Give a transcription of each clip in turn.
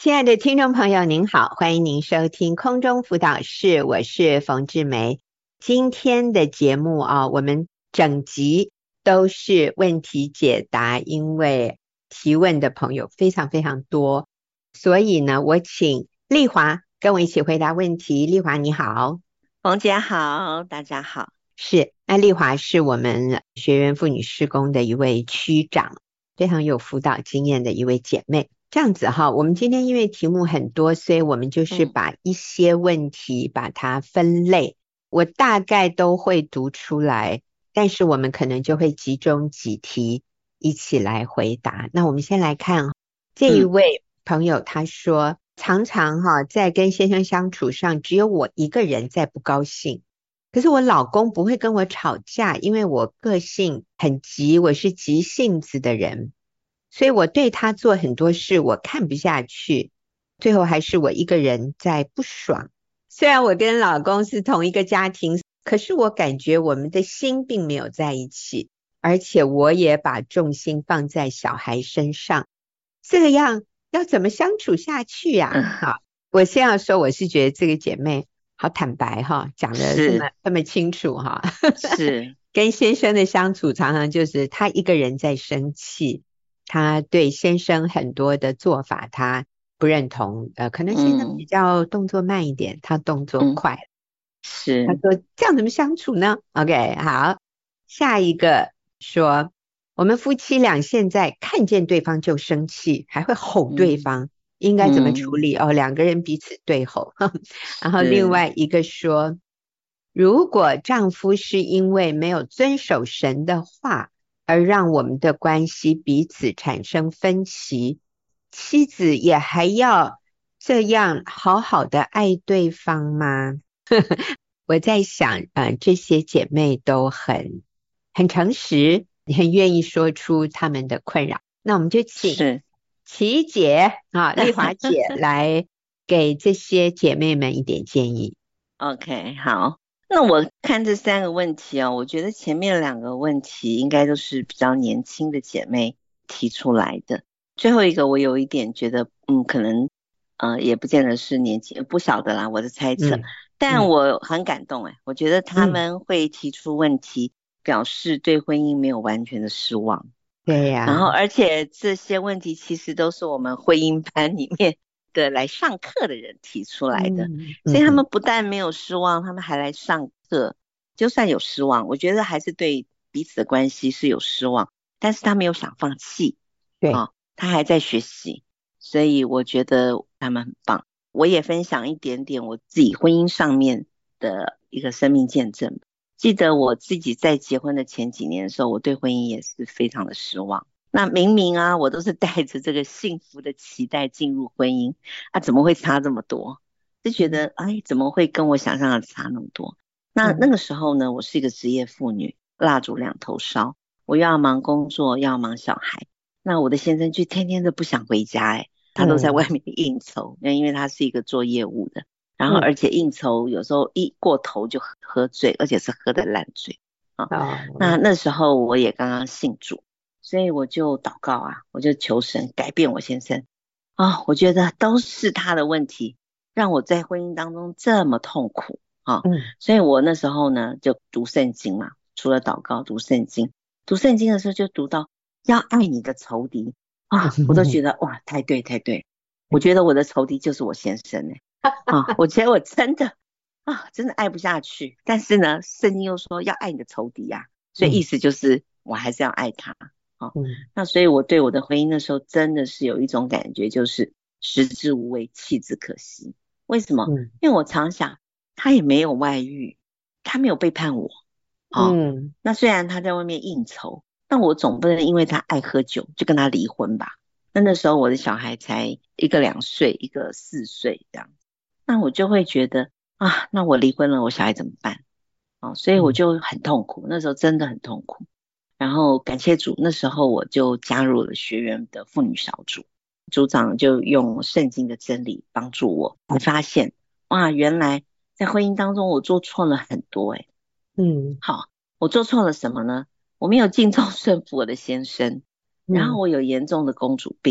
亲爱的听众朋友您好，欢迎您收听空中辅导室，我是冯志梅。今天的节目我们整集都是问题解答，因为提问的朋友非常非常多，所以呢我请丽华跟我一起回答问题。丽华你好。 冯姐好，大家好。 是，那丽华是我们学员妇女事工的一位区长，非常有辅导经验的一位姐妹。这样子哈，我们今天因为题目很多，所以我们就是把一些问题把它分类，我大概都会读出来，但是我们可能就会集中几题一起来回答。那我们先来看这一位朋友，他说常常在跟先生相处上，只有我一个人在不高兴。可是我老公不会跟我吵架，因为我个性很急，我是急性子的人，所以我对他做很多事我看不下去，最后还是我一个人在不爽。虽然我跟老公是同一个家庭，可是我感觉我们的心并没有在一起，而且我也把重心放在小孩身上，这样要怎么相处下去呀？好，我先要说，我是觉得这个姐妹好坦白讲得这么清楚是跟先生的相处常常就是他一个人在生气，他对先生很多的做法他不认同，可能先生比较动作慢一点，他动作快。他是说这样怎么相处呢？ OK， 好，下一个说我们夫妻俩现在看见对方就生气，还会吼对方，应该怎么处理？两个人彼此对吼。然后另外一个说，如果丈夫是因为没有遵守神的话而让我们的关系彼此产生分歧，妻子也还要这样好好的爱对方吗？我在想这些姐妹都很诚实，很愿意说出她们的困扰。那我们就请琪姐丽华姐来给这些姐妹们一点建议。 OK， 好。那我看这三个问题我觉得前面两个问题应该都是比较年轻的姐妹提出来的。最后一个我有一点觉得可能也不见得是年轻，不晓得啦，我的猜测。但我很感动我觉得他们会提出问题，表示对婚姻没有完全的失望。 对呀， 然后而且这些问题其实都是我们婚姻班里面的来上课的人提出来的，所以他们不但没有失望，他们还来上课。就算有失望，我觉得还是对彼此的关系是有失望，但是他没有想放弃。 对他还在学习，所以我觉得他们很棒。我也分享一点点我自己婚姻上面的一个生命见证。记得我自己在结婚的前几年的时候，我对婚姻也是非常的失望。那明明我都是带着这个幸福的期待进入婚姻怎么会差这么多？就觉得怎么会跟我想象的差那么多？那个时候呢，我是一个职业妇女，蜡烛两头烧，我又要忙工作，又要忙小孩。那我的先生就天天都不想回家他都在外面应酬，因为他是一个做业务的，然后而且应酬有时候一过头就喝醉，而且是喝的烂醉那时候我也刚刚信主，所以我就祷告我就求神改变我先生我觉得都是他的问题，让我在婚姻当中这么痛苦所以我那时候呢就读圣经嘛，除了祷告读圣经，读圣经的时候就读到要爱你的仇敌我都觉得哇太对太对，我觉得我的仇敌就是我先生我觉得我真的真的爱不下去，但是呢圣经又说要爱你的仇敌所以意思就是我还是要爱他那所以我对我的婚姻的时候真的是有一种感觉，就是食之无味弃之可惜。为什么？因为我常想他也没有外遇，他没有背叛我那虽然他在外面应酬，但我总不能因为他爱喝酒就跟他离婚吧。那时候我的小孩才一个2岁一个4岁这样，那我就会觉得那我离婚了我小孩怎么办所以我就很痛苦，那时候真的很痛苦。然后感谢主，那时候我就加入了学员的妇女小组，组长就用圣经的真理帮助我，才发现原来在婚姻当中我做错了很多好，我做错了什么呢？我没有敬重顺服我的先生，然后我有严重的公主病，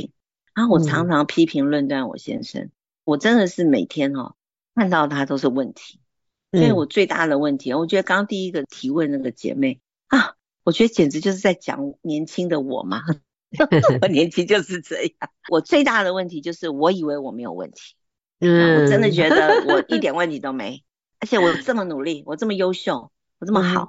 然后我常常批评论断我先生，我真的是每天看到他都是问题。所以我最大的问题，我觉得刚刚第一个提问那个姐妹啊，我觉得简直就是在讲年轻的我嘛。我年轻就是这样。我最大的问题就是我以为我没有问题，我真的觉得我一点问题都没，而且我这么努力，我这么优秀，我这么好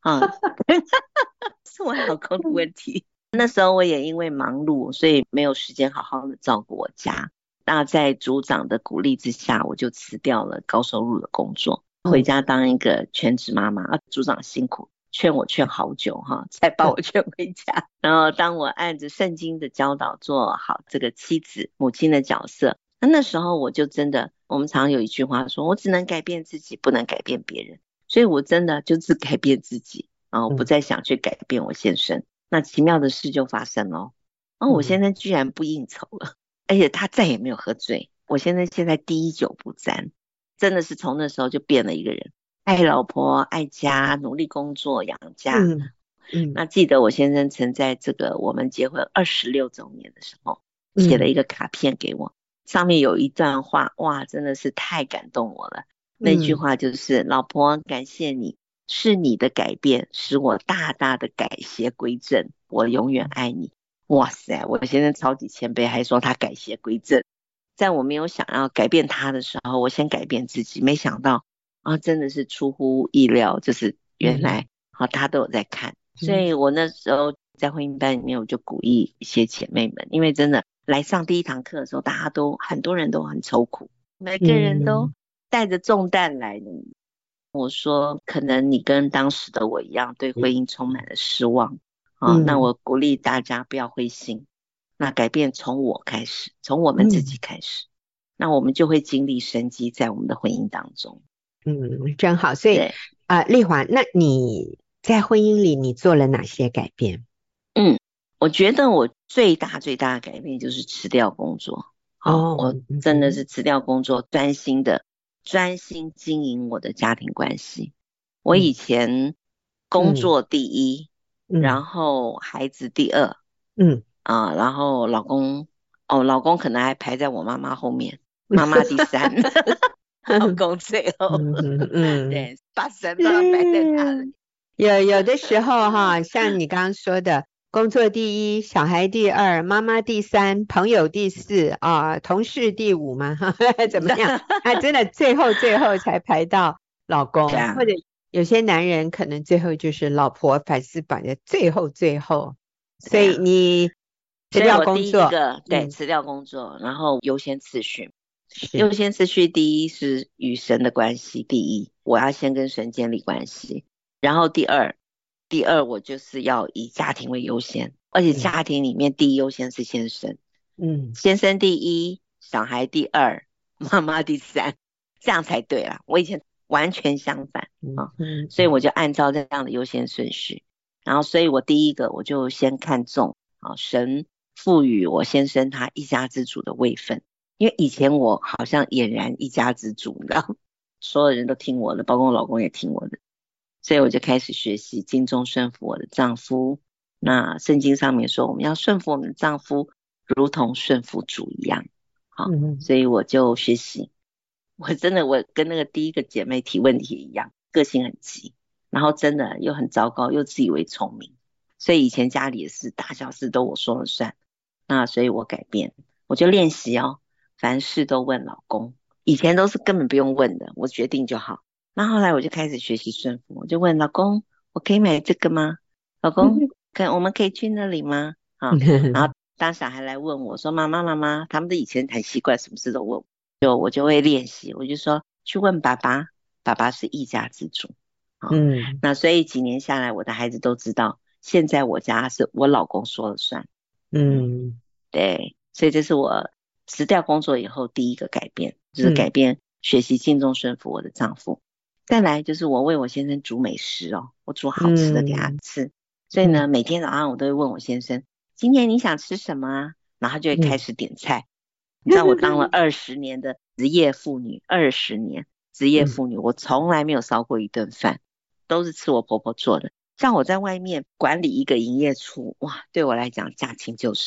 是我老公的问题。那时候我也因为忙碌，所以没有时间好好的照顾我家。那在组长的鼓励之下，我就辞掉了高收入的工作，回家当一个全职妈妈。组长辛苦，劝我劝好久才把我劝回家。然后当我按着圣经的教导做好这个妻子母亲的角色，那时候我就真的，我们常有一句话说，我只能改变自己，不能改变别人。所以我真的就只改变自己，我不再想去改变我先生。那奇妙的事就发生了，我先生居然不应酬了，而且他再也没有喝醉。我先生现在滴酒不沾，真的是从那时候就变了一个人，爱老婆爱家，努力工作养家。那记得我先生曾在这个我们结婚26周年的时候写了一个卡片给我，上面有一段话，哇，真的是太感动我了。那句话就是老婆感谢你，是你的改变使我大大的改邪归正，我永远爱你。哇塞，我先生超级谦卑，还说他改邪归正。在我没有想要改变他的时候，我先改变自己，没想到真的是出乎意料，就是原来他都有在看。所以我那时候在婚姻班里面，我就鼓励一些姐妹们，因为真的来上第一堂课的时候，大家都很多人都很愁苦，每个人都带着重担来的。我说可能你跟当时的我一样，对婚姻充满了失望那我鼓励大家不要灰心，那改变从我开始，从我们自己开始，那我们就会经历神迹在我们的婚姻当中。 真好。所以丽华，那你在婚姻里你做了哪些改变？ 我觉得我最大的改变就是辞掉工作。我真的是辞掉工作，专心经营我的家庭关系。我以前工作第一，然后孩子第二，然后老公可能还排在我妈妈后面，妈妈第三，老公最后，对，把神都摆在那里。 有的时候像你刚刚说的，工作第一，小孩第二，妈妈第三，朋友第四同事第五嘛，怎么样？真的最后才排到老公，或者有些男人可能最后就是老婆反是摆在最后。所以你辞掉工作， 对，辞掉工作，然后优先次序。优先次序第一是与神的关系，第一我要先跟神建立关系，然后第二我就是要以家庭为优先，而且家庭里面第一优先是先生，先生第一，小孩第二，妈妈第三，这样才对啦。我以前完全相反所以我就按照这样的优先顺序，然后所以我第一个我就先看重神赋予我先生他一家之主的位分。因为以前我好像俨然一家之主，你知道，所有人都听我的，包括我老公也听我的，所以我就开始学习敬重顺服我的丈夫。那圣经上面说我们要顺服我们的丈夫如同顺服主一样所以我就学习。我跟那个第一个姐妹提问题一样，个性很急，然后真的又很糟糕，又自以为聪明，所以以前家里的事大小事都我说了算。那所以我改变，我就练习凡事都问老公，以前都是根本不用问的，我决定就好。那后来我就开始学习顺服，我就问老公，我可以买这个吗？老公，我们可以去那里吗？然后当小孩来问我说妈妈，他们的以前很习惯什么事都问我就会练习，我就说去问爸爸，爸爸是一家之主那所以几年下来，我的孩子都知道，现在我家是我老公说了算对，所以这是我辞掉工作以后第一个改变，就是改变学习敬重顺服我的丈夫。再来就是我为我先生煮美食我煮好吃的给他吃。所以呢，每天早上我都会问我先生，今天你想吃什么啊？然后他就会开始点菜。你知道我当了20年的职业妇女，20年职业妇女，我从来没有烧过一顿饭，都是吃我婆婆做的。像我在外面管理一个营业处，哇，对我来讲驾轻就熟。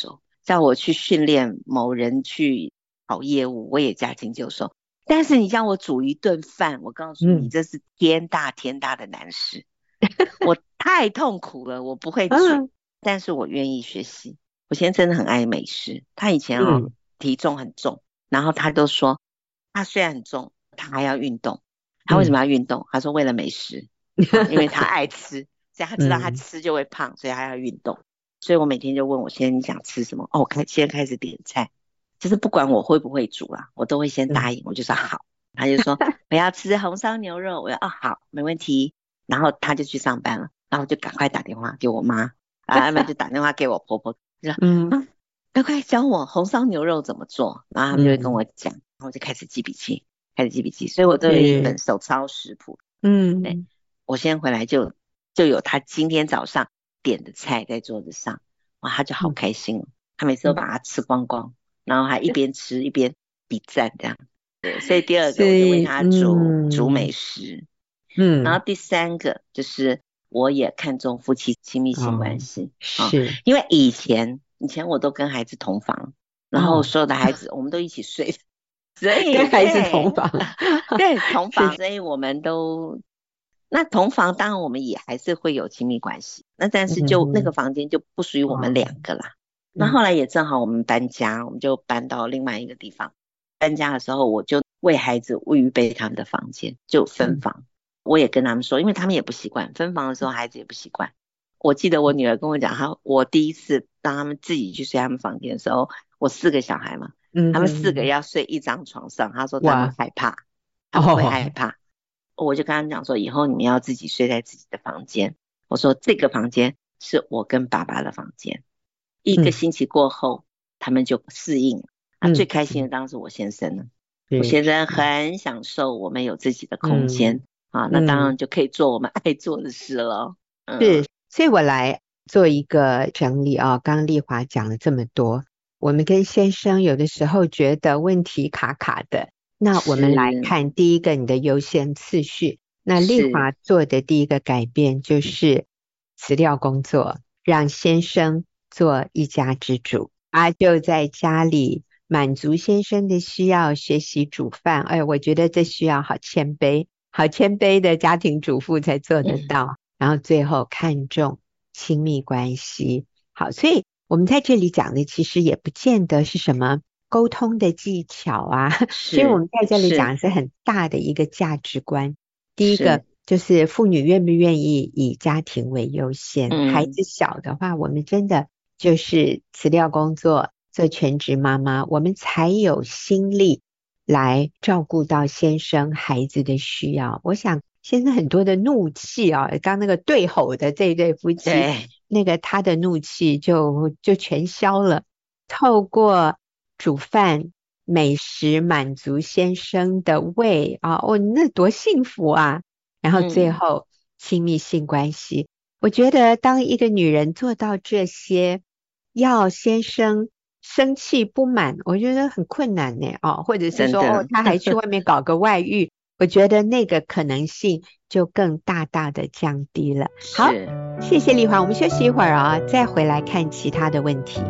叫我去训练某人去跑业务，我也驾轻就熟。但是你叫我煮一顿饭，我告诉你，这是天大天大的难事。我太痛苦了，我不会煮，但是我愿意学习。我现在真的很爱美食，他以前体重很重，然后他都说他虽然很重，他还要运动。他为什么要运动？他说为了美食，因为他爱吃，所以他知道他吃就会胖，所以他要运动。所以我每天就问我现在你想吃什么？我先开始点菜，就是不管我会不会煮啊，我都会先答应，我就说好。他就说我要吃红烧牛肉，我要好，没问题。然后他就去上班了，然后就赶快打电话给我妈，要不然就打电话给我婆婆，就说赶快教我红烧牛肉怎么做。然后他们就会跟我讲，然后我就开始记笔记，所以我都有一本手抄食谱。对，我先回来就有他今天早上点的菜在桌子上，哇，他就好开心了，他每次都把它吃光光，然后还一边吃一边比赞这样。对，所以第二个我就为他煮美食。然后第三个就是我也看重夫妻亲密性关系， 是因为以前我都跟孩子同房，然后所有的孩子我们都一起睡，所以跟孩子同房， 对，同房，所以我们都那同房，当然我们也还是会有亲密关系，那但是就那个房间就不属于我们两个啦。那后来也正好我们搬家，我们就搬到另外一个地方。搬家的时候，我就为孩子预备他们的房间，就分房。我也跟他们说，因为他们也不习惯分房的时候，孩子也不习惯。我记得我女儿跟我讲，我第一次让他们自己去睡他们房间的时候，我4个小孩嘛，他们4个要睡一张床上，他说他们害怕，他们会害怕。我就跟他们讲说，以后你们要自己睡在自己的房间。我说这个房间是我跟爸爸的房间。1个星期过后，他们就适应了。最开心的当然是我先生了，我先生很享受我们有自己的空间。那当然就可以做我们爱做的事了。 是，所以我来做一个整理啊。刚刚丽华讲了这么多，我们跟先生有的时候觉得问题卡卡的，那我们来看第一个你的优先次序。那丽华做的第一个改变就是辞掉工作，让先生做一家之主，就在家里满足先生的需要，学习煮饭。我觉得这需要好谦卑的家庭主妇才做得到。然后最后看重亲密关系。好，所以我们在这里讲的其实也不见得是什么沟通的技巧啊，所以我们在这里讲的是很大的一个价值观。第一个就是妇女愿不愿意以家庭为优先。孩子小的话，我们真的就是辞掉工作做全职妈妈，我们才有心力来照顾到先生孩子的需要。我想现在很多的怒气刚那个对吼的这一对夫妻，那个他的怒气就全消了。透过煮饭美食满足先生的胃那多幸福啊。然后最后亲密性关系，我觉得当一个女人做到这些，要先生生气不满，我觉得很困难呢。或者是说他还去外面搞个外遇我觉得那个可能性就更大大的降低了。好，谢谢丽华，我们休息一会儿再回来看其他的问题。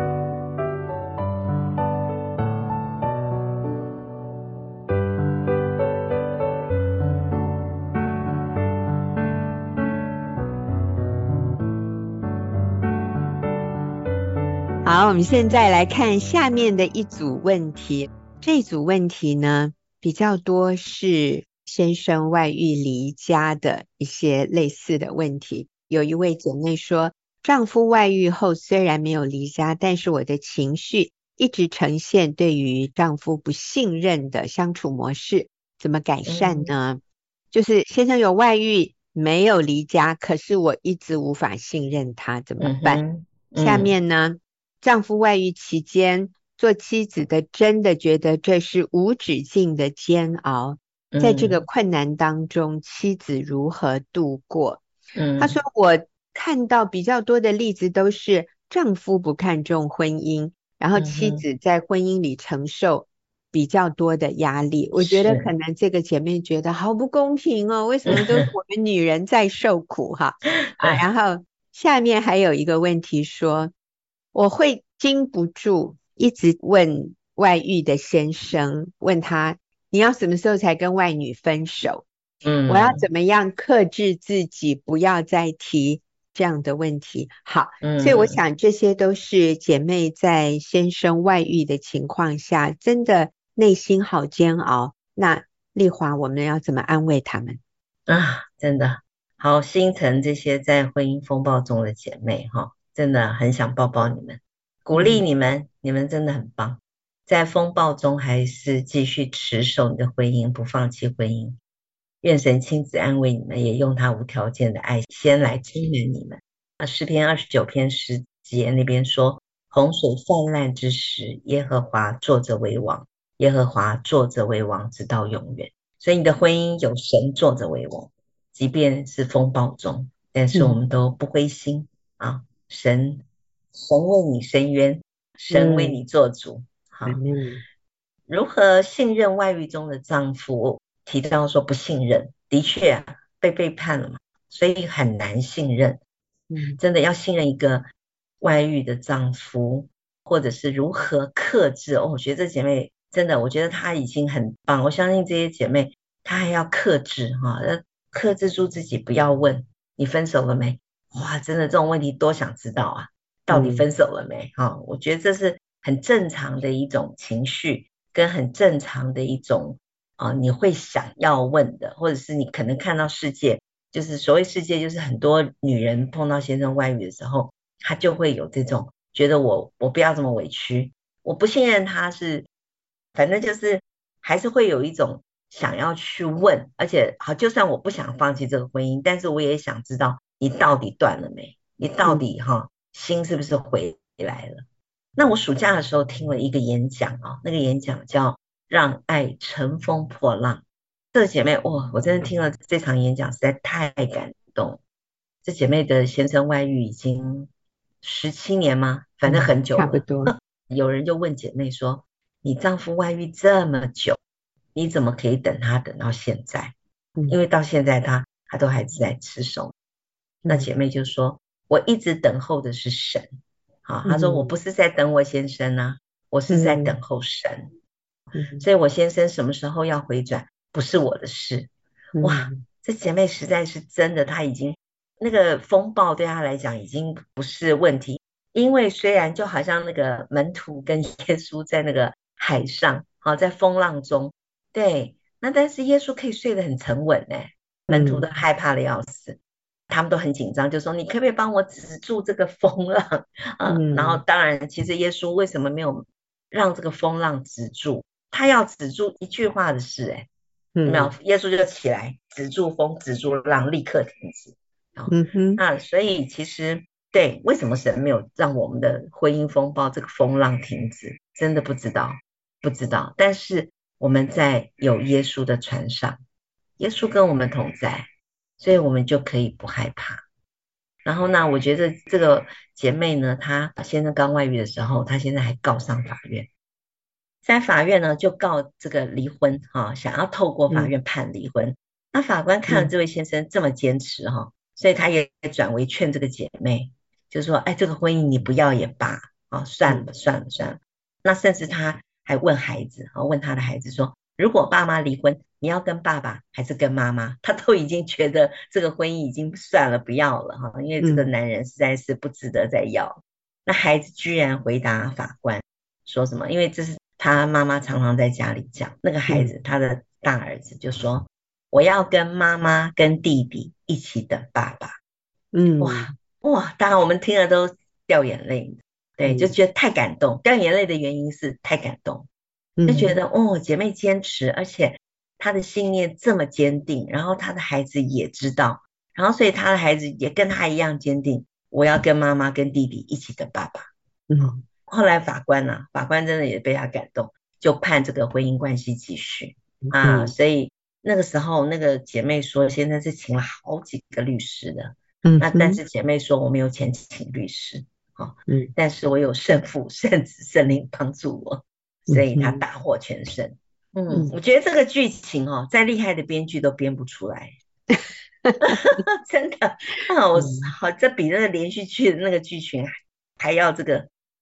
好，我们现在来看下面的一组问题。这组问题呢，比较多是先生外遇离家的一些类似的问题。有一位姐妹说，丈夫外遇后虽然没有离家，但是我的情绪一直呈现对于丈夫不信任的相处模式，怎么改善呢？就是先生有外遇没有离家，可是我一直无法信任他，怎么办？下面呢，丈夫外遇期间，做妻子的真的觉得这是无止境的煎熬，在这个困难当中，妻子如何度过？她说我看到比较多的例子都是丈夫不看重婚姻，然后妻子在婚姻里承受比较多的压力。我觉得可能这个姐妹觉得好不公平为什么都是我们女人在受苦然后下面还有一个问题说，我会禁不住一直问外遇的先生，问他你要什么时候才跟外女分手？我要怎么样克制自己不要再提这样的问题？好，所以我想这些都是姐妹在先生外遇的情况下真的内心好煎熬。那丽华，我们要怎么安慰他们啊？真的好心疼这些在婚姻风暴中的姐妹哈，真的很想抱抱你们，鼓励你们，你们真的很棒，在风暴中还是继续持守你的婚姻，不放弃婚姻。愿神亲自安慰你们，也用他无条件的爱先来支援你们。诗篇29篇10节那边说，洪水泛滥之时，耶和华坐着为王，耶和华坐着为王直到永远。所以你的婚姻有神坐着为王，即便是风暴中，但是我们都不灰心啊！神为你伸冤，神为你做主。好，如何信任外遇中的丈夫？提到说不信任，的确被背叛了嘛，所以很难信任。真的要信任一个外遇的丈夫，或者是如何克制。我觉得这姐妹真的，我觉得她已经很棒。我相信这些姐妹，她还要克制克制住自己，不要问你分手了没。哇，真的这种问题多想知道啊，到底分手了没？我觉得这是很正常的一种情绪，跟很正常的一种你会想要问的，或者是你可能看到世界，就是所谓世界，就是很多女人碰到先生外遇的时候，她就会有这种觉得我不要这么委屈，我不信任他，是反正就是还是会有一种想要去问，而且好，就算我不想放弃这个婚姻，但是我也想知道你到底断了没，你到底心是不是回来了。那我暑假的时候听了一个演讲那个演讲叫让爱乘风破浪。这姐妹我真的听了这场演讲实在太感动。这姐妹的先生外遇已经17年吗？反正很久了， 差不多。 有人就问姐妹说，你丈夫外遇这么久，你怎么可以等他等到现在？因为到现在他都还是在持守。那姐妹就说，我一直等候的是神。她说我不是在等我先生啊，我是在等候神。所以我先生什么时候要回转不是我的事。哇，这姐妹实在是真的，她已经那个风暴对她来讲已经不是问题。因为虽然就好像那个门徒跟耶稣在那个海上在风浪中，对，那但是耶稣可以睡得很沉稳门徒都害怕的要死，他们都很紧张，就说你可不可以帮我止住这个风浪然后当然其实耶稣为什么没有让这个风浪止住？他要止住一句话的事没有，耶稣就起来止住风止住浪，立刻停止。那所以其实对，为什么神没有让我们的婚姻风暴这个风浪停止？真的不知道。但是我们在有耶稣的船上，耶稣跟我们同在，所以我们就可以不害怕。然后呢，我觉得这个姐妹呢，她先生刚外遇的时候，她现在还告上法院，在法院呢就告这个离婚想要透过法院判离婚。那法官看了这位先生这么坚持所以他也转为劝这个姐妹，就说这个婚姻你不要也罢算了。那甚至他还问孩子问他的孩子说，如果爸妈离婚，你要跟爸爸还是跟妈妈？他都已经觉得这个婚姻已经算了，不要了因为这个男人实在是不值得再要。那孩子居然回答法官说什么？因为这是他妈妈常常在家里讲，那个孩子他的大儿子就说，我要跟妈妈跟弟弟一起等爸爸。哇，当然我们听了都掉眼泪，对，就觉得太感动。掉眼泪的原因是太感动，就觉得姐妹坚持，而且她的信念这么坚定，然后她的孩子也知道，然后所以她的孩子也跟她一样坚定，我要跟妈妈跟弟弟一起等爸爸。后来法官真的也被他感动，就判这个婚姻关系继续所以那个时候那个姐妹说，现在是请了好几个律师的。那但是姐妹说，我没有钱请律师但是我有圣父圣子圣灵帮助我，所以她大获全胜。我觉得这个剧情再厉害的编剧都编不出来真的好，这比那个连续剧的那个剧情还要这个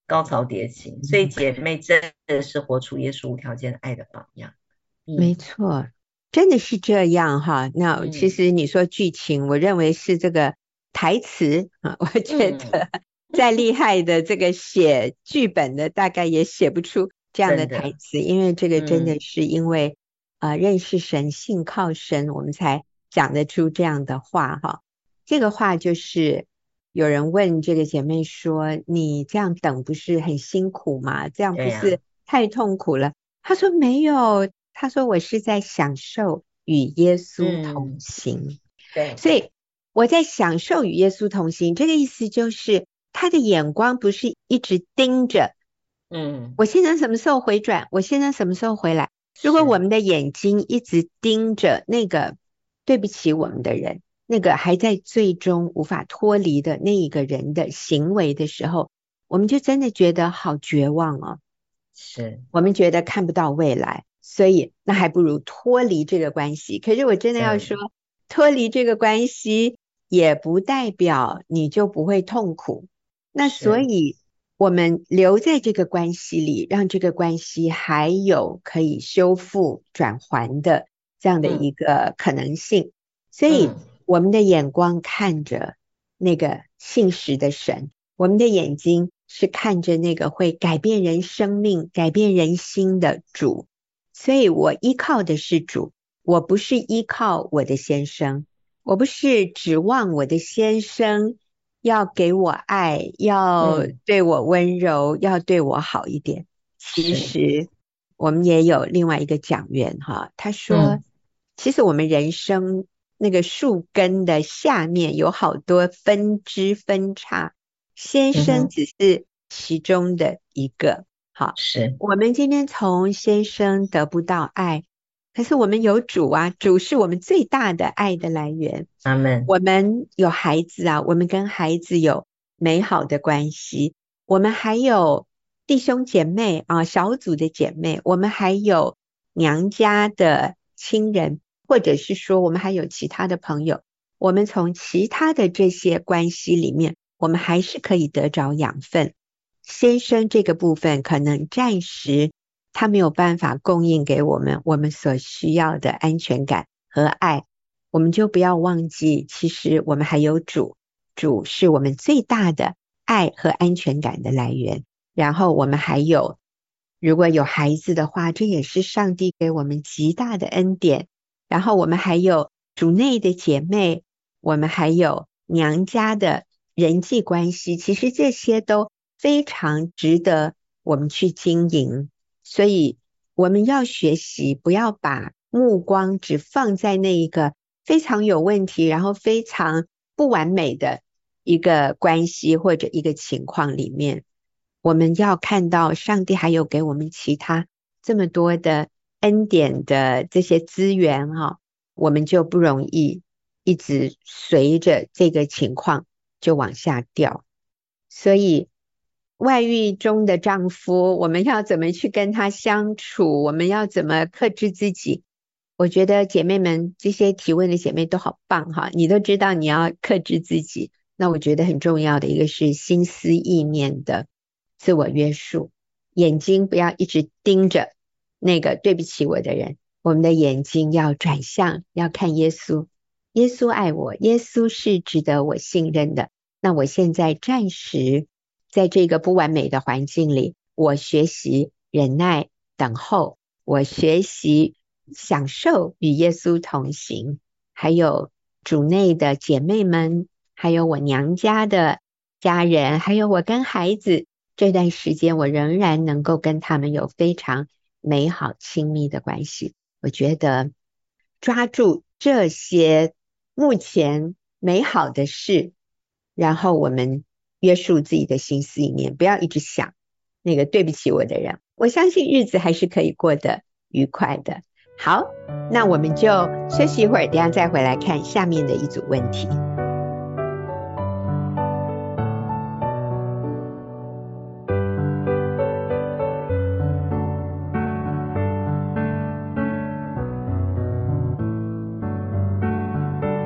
高潮迭起。所以姐妹真的是活出耶稣无条件爱的榜样。 没错，真的是这样哈。那其实你说剧情，我认为是这个台词啊，我觉得再厉害的这个写剧本的，大概也写不出这样的台词，因为这个真的是因为认识神、信靠神，我们才讲得出这样的话哈。这个话就是有人问这个姐妹说：“你这样等不是很辛苦吗？这样不是太痛苦了？”她说：“没有。”他说我是在享受与耶稣同行。 对， 所以我在享受与耶稣同行，这个意思就是他的眼光不是一直盯着我现在什么时候回转，我现在什么时候回来。如果我们的眼睛一直盯着那个对不起我们的人，那个还在最终无法脱离的那一个人的行为的时候，我们就真的觉得好绝望哦。 是我们觉得看不到未来，所以那还不如脱离这个关系。可是我真的要说，脱离这个关系也不代表你就不会痛苦。那所以我们留在这个关系里，让这个关系还有可以修复转还的这样的一个可能性。所以我们的眼光看着那个信实的神，我们的眼睛是看着那个会改变人生命、改变人心的主。所以我依靠的是主，我不是依靠我的先生，我不是指望我的先生要给我爱，要对我温柔，要对我好一点。其实我们也有另外一个讲员哈，他说其实我们人生那个树根的下面有好多分支分叉，先生只是其中的一个。好， 是我们今天从先生得不到爱，可是我们有主啊，主是我们最大的爱的来源。 阿们。 我们有孩子啊，我们跟孩子有美好的关系，我们还有弟兄姐妹啊，小组的姐妹，我们还有娘家的亲人，或者是说我们还有其他的朋友，我们从其他的这些关系里面，我们还是可以得着养分。先生这个部分可能暂时他没有办法供应给我们所需要的安全感和爱，我们就不要忘记，其实我们还有主，主是我们最大的爱和安全感的来源。然后我们还有，如果有孩子的话，这也是上帝给我们极大的恩典。然后我们还有主内的姐妹，我们还有娘家的人际关系，其实这些都非常值得我们去经营。所以我们要学习，不要把目光只放在那一个非常有问题，然后非常不完美的一个关系或者一个情况里面。我们要看到上帝还有给我们其他这么多的恩典的这些资源哈，我们就不容易一直随着这个情况就往下掉。所以外遇中的丈夫，我们要怎么去跟他相处，我们要怎么克制自己。我觉得姐妹们，这些提问的姐妹都好棒哈，你都知道你要克制自己。那我觉得很重要的一个是心思意念的自我约束，眼睛不要一直盯着那个对不起我的人，我们的眼睛要转向，要看耶稣。耶稣爱我，耶稣是值得我信任的。那我现在暂时在这个不完美的环境里，我学习忍耐等候，我学习享受与耶稣同行，还有主内的姐妹们，还有我娘家的家人，还有我跟孩子，这段时间我仍然能够跟他们有非常美好亲密的关系。我觉得抓住这些目前美好的事，然后我们约束自己的心思意念，不要一直想那个对不起我的人，我相信日子还是可以过得愉快的。好，那我们就休息一会儿，等一下再回来看下面的一组问题。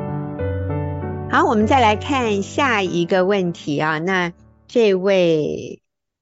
好，我们再来看下一个问题啊。那这位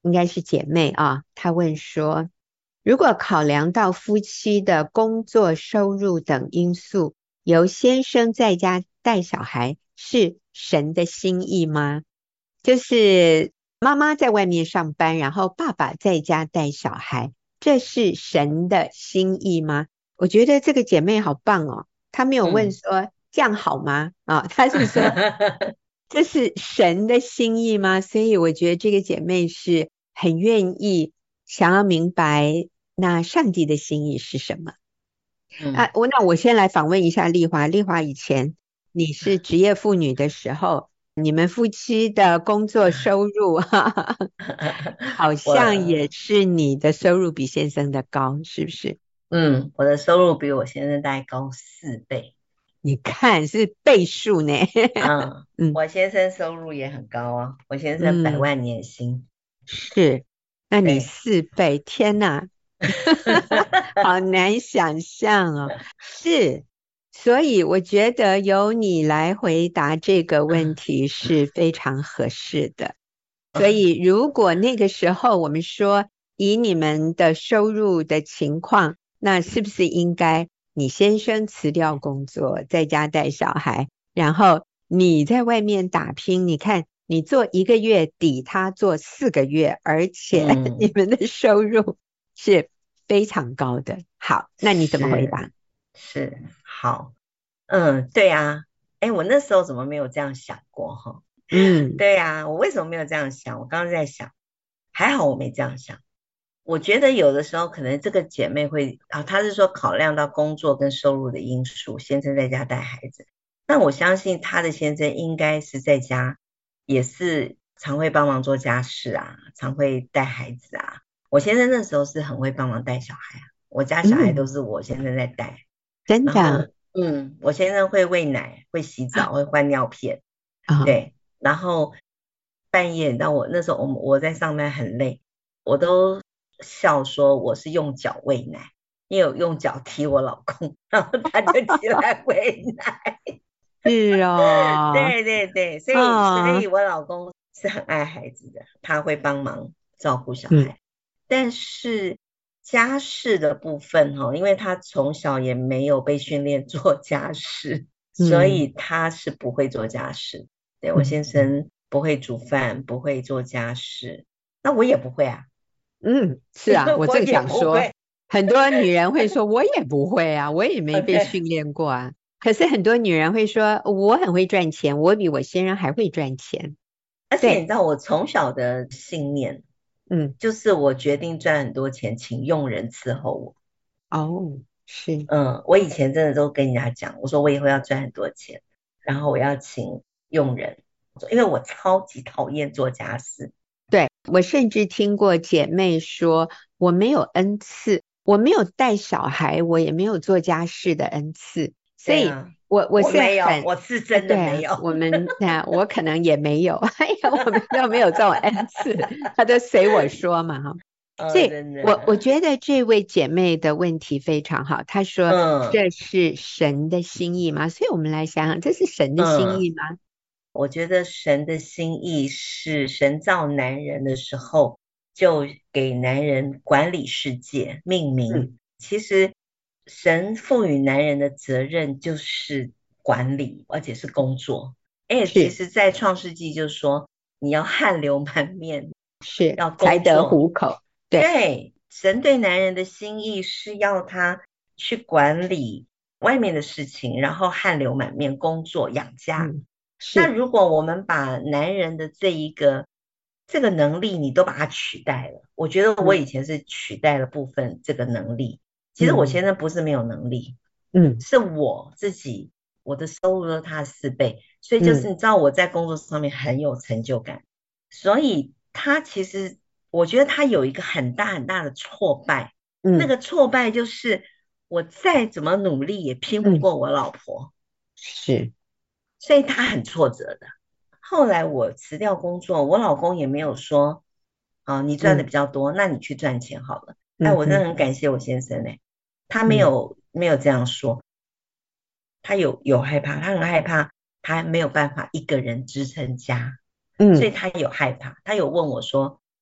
应该是姐妹啊，她问说，如果考量到夫妻的工作收入等因素，由先生在家带小孩是神的心意吗？就是妈妈在外面上班，然后爸爸在家带小孩，这是神的心意吗？我觉得这个姐妹好棒哦，她没有问说这样好吗？她是说这是神的心意吗？所以我觉得这个姐妹是很愿意想要明白那上帝的心意是什么。那我先来访问一下丽华。丽华，以前你是职业妇女的时候，你们夫妻的工作收入好像也是你的收入比先生的高，是不是？ 我的收入比我先生大概高4倍。 你看是倍数呢。 我先生收入也很高啊，我先生100万年薪。 是，那你4倍，天哪，好难想象哦。是，所以我觉得由你来回答这个问题是非常合适的。所以如果那个时候我们说以你们的收入的情况，那是不是应该你先生辞掉工作，在家带小孩，然后你在外面打拼？你看你做1个月抵他做4个月，而且你们的收入是非常高的。好，那你怎么回答？ 是好，对啊，我那时候怎么没有这样想过哈？对啊，我为什么没有这样想？我刚刚在想，还好我没这样想。我觉得有的时候可能这个姐妹会她是说考量到工作跟收入的因素，先生在家带孩子。但我相信她的先生应该是在家，也是常会帮忙做家事啊，常会带孩子啊。我先生那时候是很会帮忙带小孩啊，我家小孩都是我先生在带。 真的？ 我先生会喂奶，会洗澡，会换尿片。对，然后半夜，你知道我那时候我在上班很累，我都笑说我是用脚喂奶，因为我用脚踢我老公，然后他就起来喂奶。 是哦。 对对对，所以我老公是很爱孩子的，他会帮忙照顾小孩。但是家事的部分因为他从小也没有被训练做家事，所以他是不会做家事。对，我先生不会煮饭，不会做家事，那我也不会啊。 是啊，我正想说，很多女人会说我也不会啊，我也没被训练过啊。可是很多女人会说我很会赚钱，我比我先生还会赚钱。 而且你知道我从小的信念就是我决定赚很多钱，请佣人伺候我。 是。 我以前真的都跟人家讲，我说我以后要赚很多钱，然后我要请佣人，因为我超级讨厌做家事。 对，我甚至听过姐妹说，我没有恩赐，我没有带小孩，我也没有做家事的恩赐。所以我是没有，我是真的没有。 我们我可能也没有，我们都没有这种恩赐，他都随我说嘛哈。所以我觉得这位姐妹的问题非常好，她说这是神的心意吗？所以我们来想想，这是神的心意吗？ 我觉得神的心意是神造男人的时候就给男人管理世界命名。其实神赋予男人的责任就是管理，而且是工作。其实在创世纪就说你要汗流满面， 是要工作才得糊口。 对，神对男人的心意是要他去管理外面的事情，然后汗流满面工作养家。那如果我们把男人的这个能力你都把它取代了，我觉得我以前是取代了部分这个能力。其实我先生不是没有能力，是我自己，我的收入都他4倍，所以就是你知道我在工作上面很有成就感，所以他其实我觉得他有一个很大很大的挫败，那个挫败就是我再怎么努力也拼不过我老婆。 是， 所以他很挫折的。后来我辞掉工作，我老公也没有说你赚的比较多，那你去赚钱好了。我真的很感谢我先生他没有这样说，他有害怕，他很害怕他没有办法一个人支撑家，所以他有害怕，他有问我说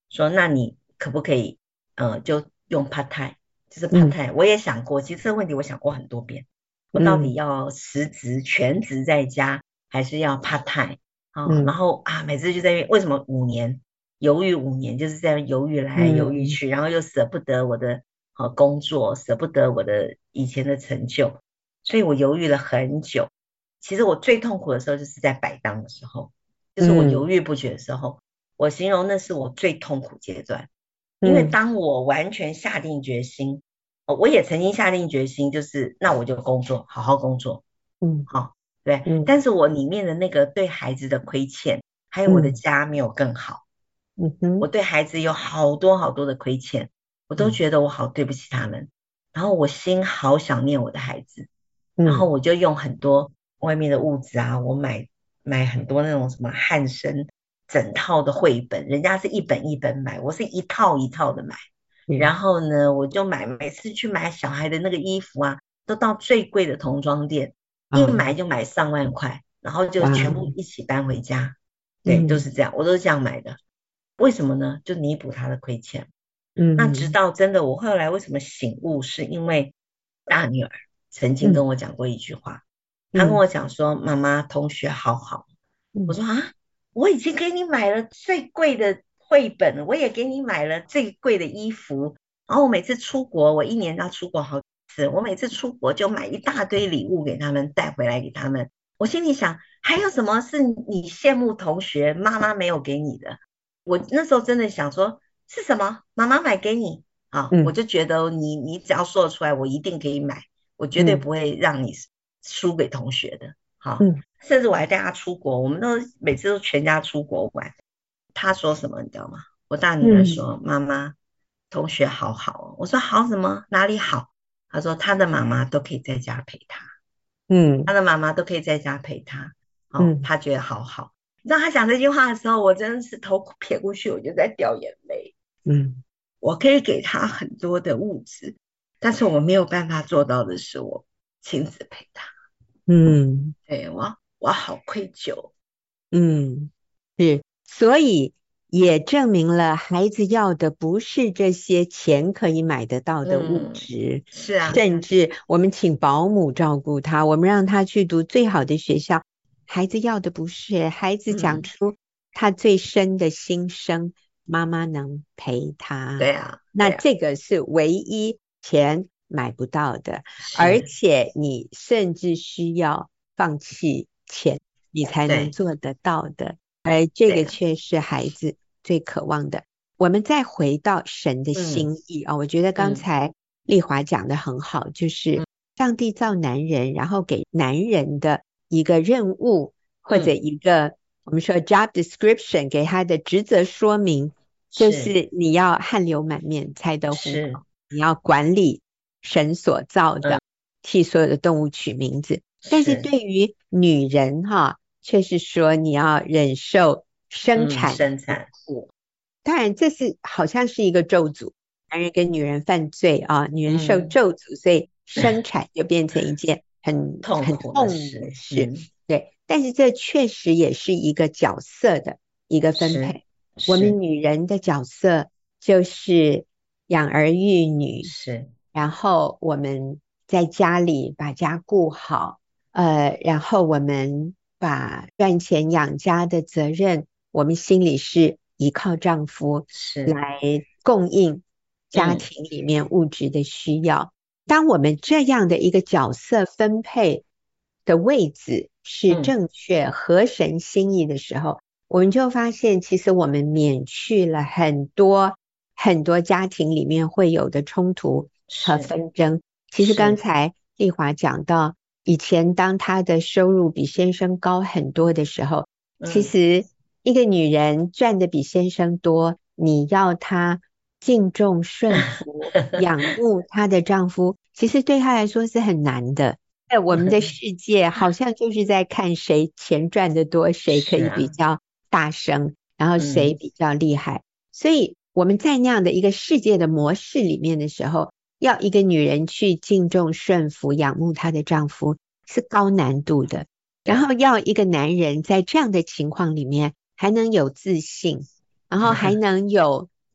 说那你可不可以就用 part time， 就是 part time，我也想过，其实这个问题我想过很多遍，我到底要实职全职在家还是要 part time 然后每次就在为什么5年犹豫5年，就是在犹豫来犹豫去，然后又舍不得我的工作，舍不得我的以前的成就，所以我犹豫了很久。其实我最痛苦的时候就是在摆档的时候，就是我犹豫不决的时候，我形容那是我最痛苦阶段。因为当我完全下定决心，我也曾经下定决心，就是那我就工作，好好工作，对，但是我里面的那个对孩子的亏欠，还有我的家没有更好，我对孩子有好多好多的亏欠，我都觉得我好对不起他们，然后我心好想念我的孩子，然后我就用很多外面的物质我买很多那种什么汉生整套的绘本，人家是一本一本买，我是一套一套的买，然后呢我就每次去买小孩的那个衣服都到最贵的童装店，一买就买上万块，然后就全部一起搬回家，对，都是这样，我都是这样买的。为什么呢？就弥补他的亏欠。那直到真的我后来为什么醒悟，是因为大女儿曾经跟我讲过一句话，她跟我讲说妈妈同学好好，我说我已经给你买了最贵的绘本，我也给你买了最贵的衣服，然后我每次出国，我1年要出国好几次，我每次出国就买一大堆礼物给他们带回来给他们，我心里想还有什么是你羡慕同学妈妈没有给你的？我那时候真的想说是什么妈妈买给你我就觉得你只要说得出来我一定可以买，我绝对不会让你输给同学的甚至我还带他出国，我们都每次都全家出国玩。他说什么你知道吗？我大女儿说妈妈同学好好我说好什么哪里好？他说他的妈妈都可以在家陪他他的妈妈都可以在家陪他他觉得好好。你知道他讲这句话的时候，我真的是头撇过去我就在掉眼泪我可以给他很多的物质，但是我没有办法做到的是我亲自陪他对，我好愧疚是，所以也证明了孩子要的不是这些钱可以买得到的物质是甚至我们请保姆照顾他，我们让他去读最好的学校，孩子要的不是，孩子讲出他最深的心声妈妈能陪他对那这个是唯一钱买不到的，而且你甚至需要放弃钱你才能做得到的，而这个却是孩子最渴望的。我们再回到神的心意我觉得刚才丽华讲得很好，就是上帝造男人，然后给男人的一个任务或者一个我们说 job description 给他的职责说明，就是你要汗流满面才得糊口，你要管理神所造的替所有的动物取名字，但是对于女人却是说你要忍受生产当然这是好像是一个咒诅，男人跟女人犯罪女人受咒诅所以生产就变成一件很痛的事对，但是这确实也是一个角色的一个分配，我们女人的角色就是养儿育女然后我们在家里把家顾好然后我们把赚钱养家的责任，我们心里是依靠丈夫来供应家庭里面物质的需要当我们这样的一个角色分配的位置是正确合神心意的时候我们就发现其实我们免去了很多很多家庭里面会有的冲突和纷争。其实刚才丽华讲到以前当她的收入比先生高很多的时候其实一个女人赚的比先生多，你要她敬重顺服仰慕她的丈夫其实对她来说是很难的，在我们的世界好像就是在看谁钱赚得多谁可以比较大声然后谁比较厉害所以我们在那样的一个世界的模式里面的时候要一个女人去敬重顺服仰慕她的丈夫是高难度的，然后要一个男人在这样的情况里面还能有自信然后还能有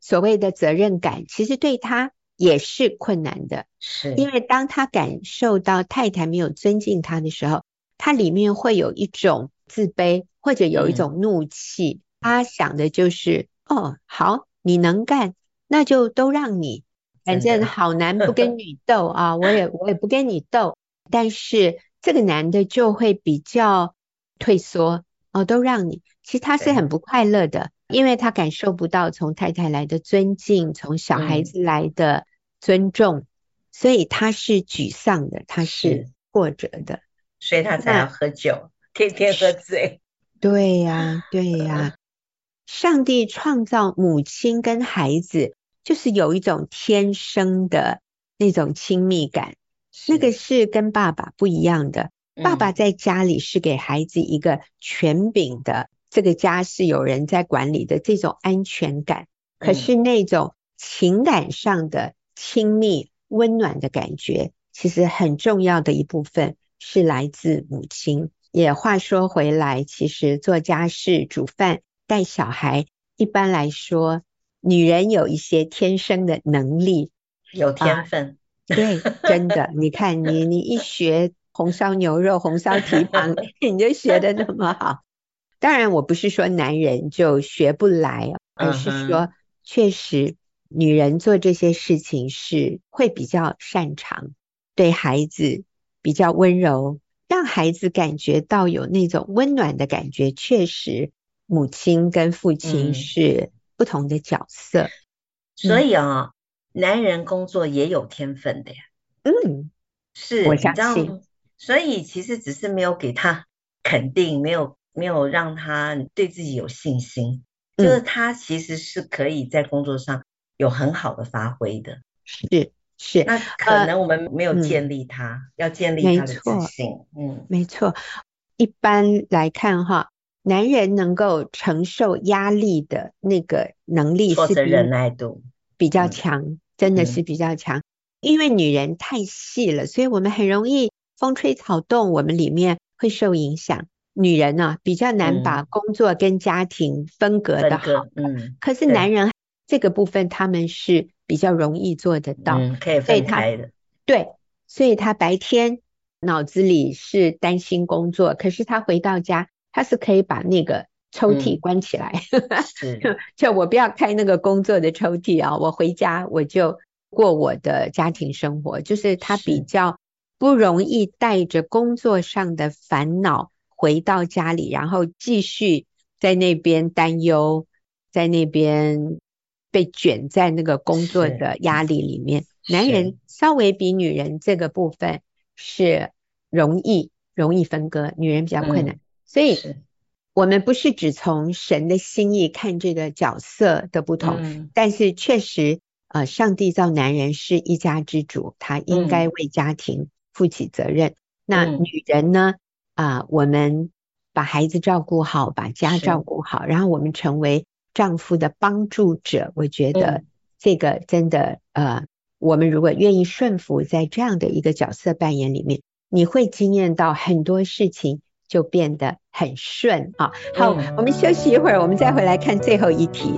所谓的责任感，其实对他也是困难的。 是因为当他感受到太太没有尊敬他的时候，他里面会有一种自卑，或者有一种怒气。他想的就是好，你能干，那就都让你，反正好男不跟女斗啊，我也不跟你斗。但是这个男的就会比较退缩，都让你。其实他是很不快乐的，因为他感受不到从太太来的尊敬，从小孩子来的尊重，所以他是沮丧的，他是挫折的， 所以他才要喝酒，天天喝醉。 对呀，对呀。上帝创造母亲跟孩子，就是有一种天生的那种亲密感，那个是跟爸爸不一样的。爸爸在家里是给孩子一个权柄的，这个家是有人在管理的这种安全感。可是那种情感上的亲密温暖的感觉，其实很重要的一部分是来自母亲。也话说回来，其实做家事、煮饭、带小孩，一般来说女人有一些天生的能力， 有天分。 对，真的，你看你一学红烧牛肉、红烧蹄膀，你就学得那么好。当然我不是说男人就学不来，而是说确实女人做这些事情是会比较擅长，对孩子比较温柔，让孩子感觉到有那种温暖的感觉。确实母亲跟父亲是不同的角色。 所以男人工作也有天分的呀。是， 我相信。 所以其实只是没有给他肯定，没有让他对自己有信心，就是他其实是可以在工作上有很好的发挥的。 是， 那可能我们没有建立他，要建立他的自信。 没错。一般来看男人能够承受压力的那个能力是忍耐度比较强，真的是比较强。因为女人太细了，所以我们很容易风吹草动，我们里面会受影响。女人比较难把工作跟家庭分隔的好。可是男人这个部分他们是比较容易做得到， 可以分开的。 对，所以他白天脑子里是担心工作，可是他回到家他是可以把那个抽屉关起来，就我不要开那个工作的抽屉我回家我就过我的家庭生活。就是他比较不容易带着工作上的烦恼回到家里，然后继续在那边担忧，在那边被卷在那个工作的压力里面。男人稍微比女人这个部分是容易分割，女人比较困难。所以我们不是只从神的心意看这个角色的不同，但是确实上帝造男人是一家之主，他应该为家庭负起责任。那女人呢我们把孩子照顾好，把家照顾好，然后我们成为丈夫的帮助者。我觉得这个真的我们如果愿意顺服在这样的一个角色扮演里面，你会经验到很多事情就变得很顺好，我们休息一会儿，我们再回来看最后一题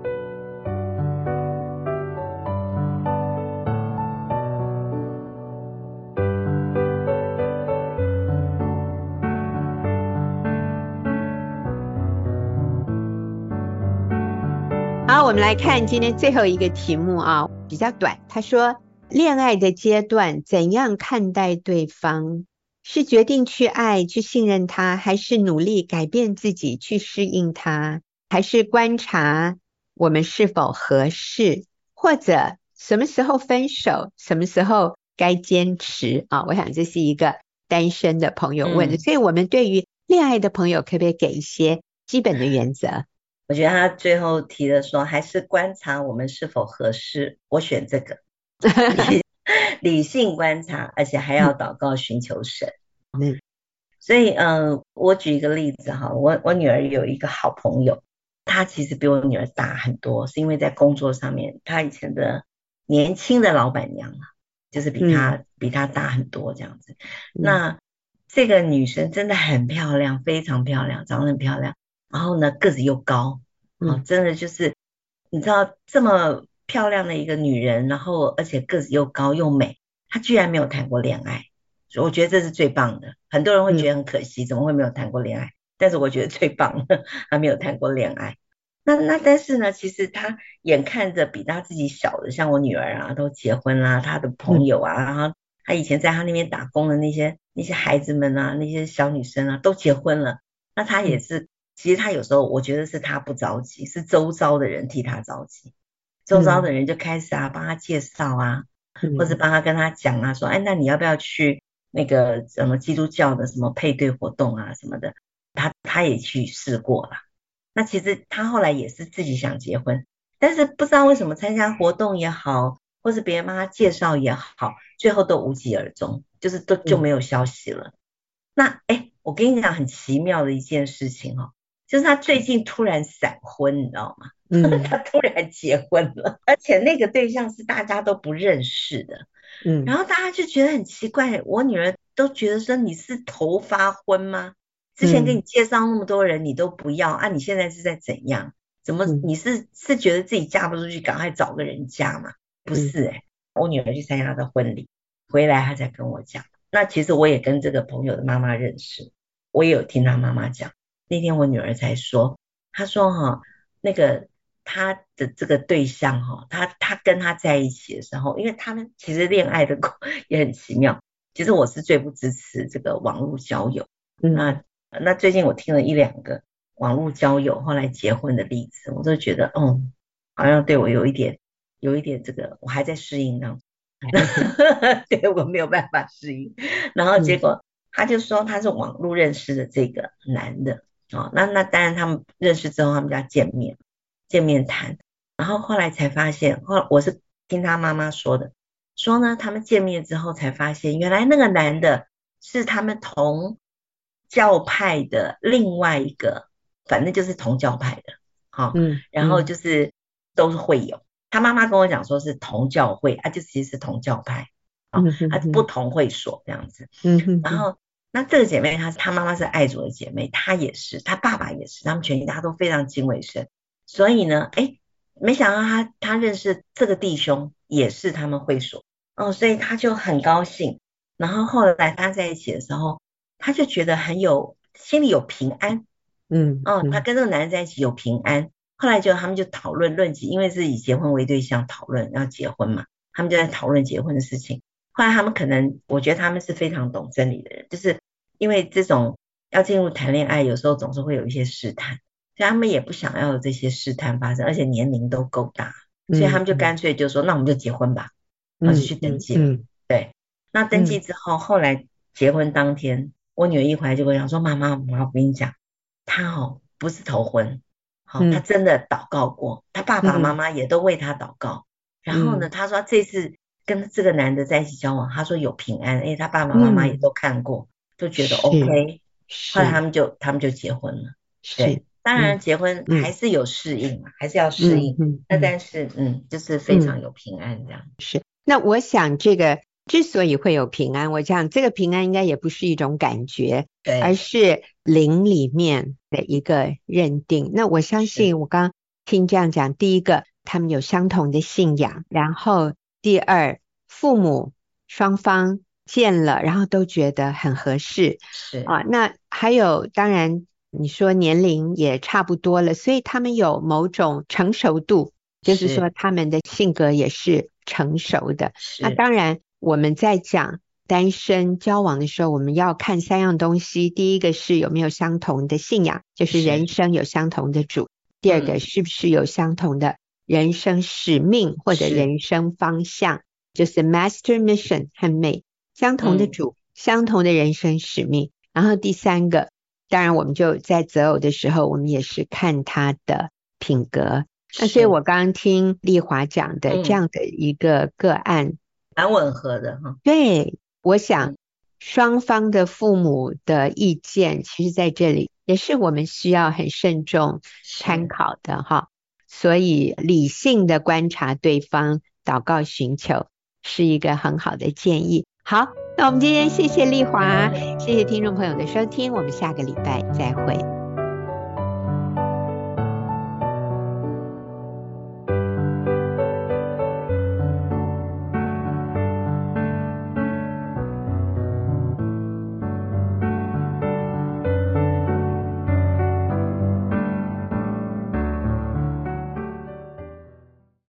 好，我们来看今天最后一个题目比较短。他说，恋爱的阶段怎样看待对方？是决定去爱，去信任他，还是努力改变自己去适应他，还是观察我们是否合适，或者什么时候分手，什么时候该坚持我想这是一个单身的朋友问的。所以我们对于恋爱的朋友可不可以给一些基本的原则？ 我觉得他最后提的说，还是观察我们是否合适，我选这个理性观察，而且还要祷告寻求神。所以我举一个例子我女儿有一个好朋友，她其实比我女儿大很多，是因为在工作上面，她以前的年轻的老板娘就是比她大很多这样子。那这个女生真的很漂亮，非常漂亮，长得很漂亮，然后呢个子又高真的就是你知道这么漂亮的一个女人，然后而且个子又高又美，她居然没有谈过恋爱，所以我觉得这是最棒的。很多人会觉得很可惜，怎么会没有谈过恋爱？但是我觉得最棒的，她没有谈过恋爱。那但是呢，其实她眼看着比她自己小的，像我女儿啊，都结婚啦，她的朋友啊，然后她以前在她那边打工的那些孩子们啊，那些小女生啊，都结婚了。那她也是，其实她有时候我觉得是她不着急，是周遭的人替她着急。周遭的人就开始啊帮她介绍啊，或者帮她跟她讲啊，说，哎，那你要不要去那个什么基督教的什么配对活动啊什么的？她也去试过了。那其实她后来也是自己想结婚，但是不知道为什么参加活动也好，或是别人帮她介绍也好，最后都无疾而终，就是就没有消息了。那我跟你讲很奇妙的一件事情哦，就是她最近突然闪婚，你知道吗？她突然结婚了，而且那个对象是大家都不认识的。然后大家就觉得很奇怪，我女儿都觉得说你是头发婚吗？之前给你介绍那么多人你都不要啊，你现在是在怎样？怎么你是觉得自己嫁不出去，赶快找个人嫁嘛？不是我女儿去参加她的婚礼回来，她才跟我讲。那其实我也跟这个朋友的妈妈认识，我也有听她妈妈讲。那天我女儿才说，她说那个她的这个对象她跟他在一起的时候，因为他们其实恋爱的也很奇妙。其实我是最不支持这个网络交友。那最近我听了一两个网络交友后来结婚的例子，我都觉得好像对我有一点这个，我还在适应当中。对，我没有办法适应。然后结果他就说他是网络认识的这个男的那当然他们认识之后他们就要见面谈，然后后来才发现，我是听他妈妈说的，说呢他们见面之后才发现，原来那个男的是他们同教派的另外一个，反正就是同教派的然后就是都是会友。他妈妈跟我讲说是同教会就其实是同教派不同会所这样子。然后那这个姐妹她妈妈是爱主的姐妹，她也是，她爸爸也是，他们全家都非常敬畏神。所以呢没想到她认识这个弟兄也是他们会所所以她就很高兴。然后后来她在一起的时候，她就觉得心里有平安。她跟这个男人在一起有平安。后来他们就讨论起，因为是以结婚为对象讨论要结婚嘛，他们就在讨论结婚的事情。后来他们我觉得他们是非常懂真理的人，就是因为这种要进入谈恋爱有时候总是会有一些试探，所以他们也不想要有这些试探发生，而且年龄都够大，所以他们就干脆就说那我们就结婚吧，然后就去登记了。对，那登记之后后来结婚当天，我女儿一回来就跟我讲说，妈妈我跟你讲，他不是头婚，他真的祷告过，他爸爸妈妈也都为他祷告。然后呢他说这次跟这个男的在一起交往，他说有平安，他爸爸妈妈也都看过，都觉得 OK。后来他们就结婚了。对，当然结婚还是有适应嘛，还是要适应。那但是就是非常有平安这样。 是。那我想这个之所以会有平安，我想这个平安应该也不是一种感觉，而是灵里面的一个认定。那我相信我刚听这样讲，第一个他们有相同的信仰，然后第二父母双方见了然后都觉得很合适。那还有当然你说年龄也差不多了，所以他们有某种成熟度，就是说他们的性格也是成熟的。那当然我们在讲单身交往的时候，我们要看3样东西，第一个是有没有相同的信仰，就是人生有相同的主。第二个是不是有相同的人生使命或者人生方向，就是 master mission 和 mate 相同的主，相同的人生使命。然后第三个当然我们就在择偶的时候，我们也是看他的品格。那所以我刚刚听丽华讲的这样的一个个案蛮吻合的对，我想双方的父母的意见其实在这里也是我们需要很慎重参考的所以理性的观察对方，祷告寻求是一个很好的建议。好，那我们今天谢谢丽华，谢谢听众朋友的收听，我们下个礼拜再会。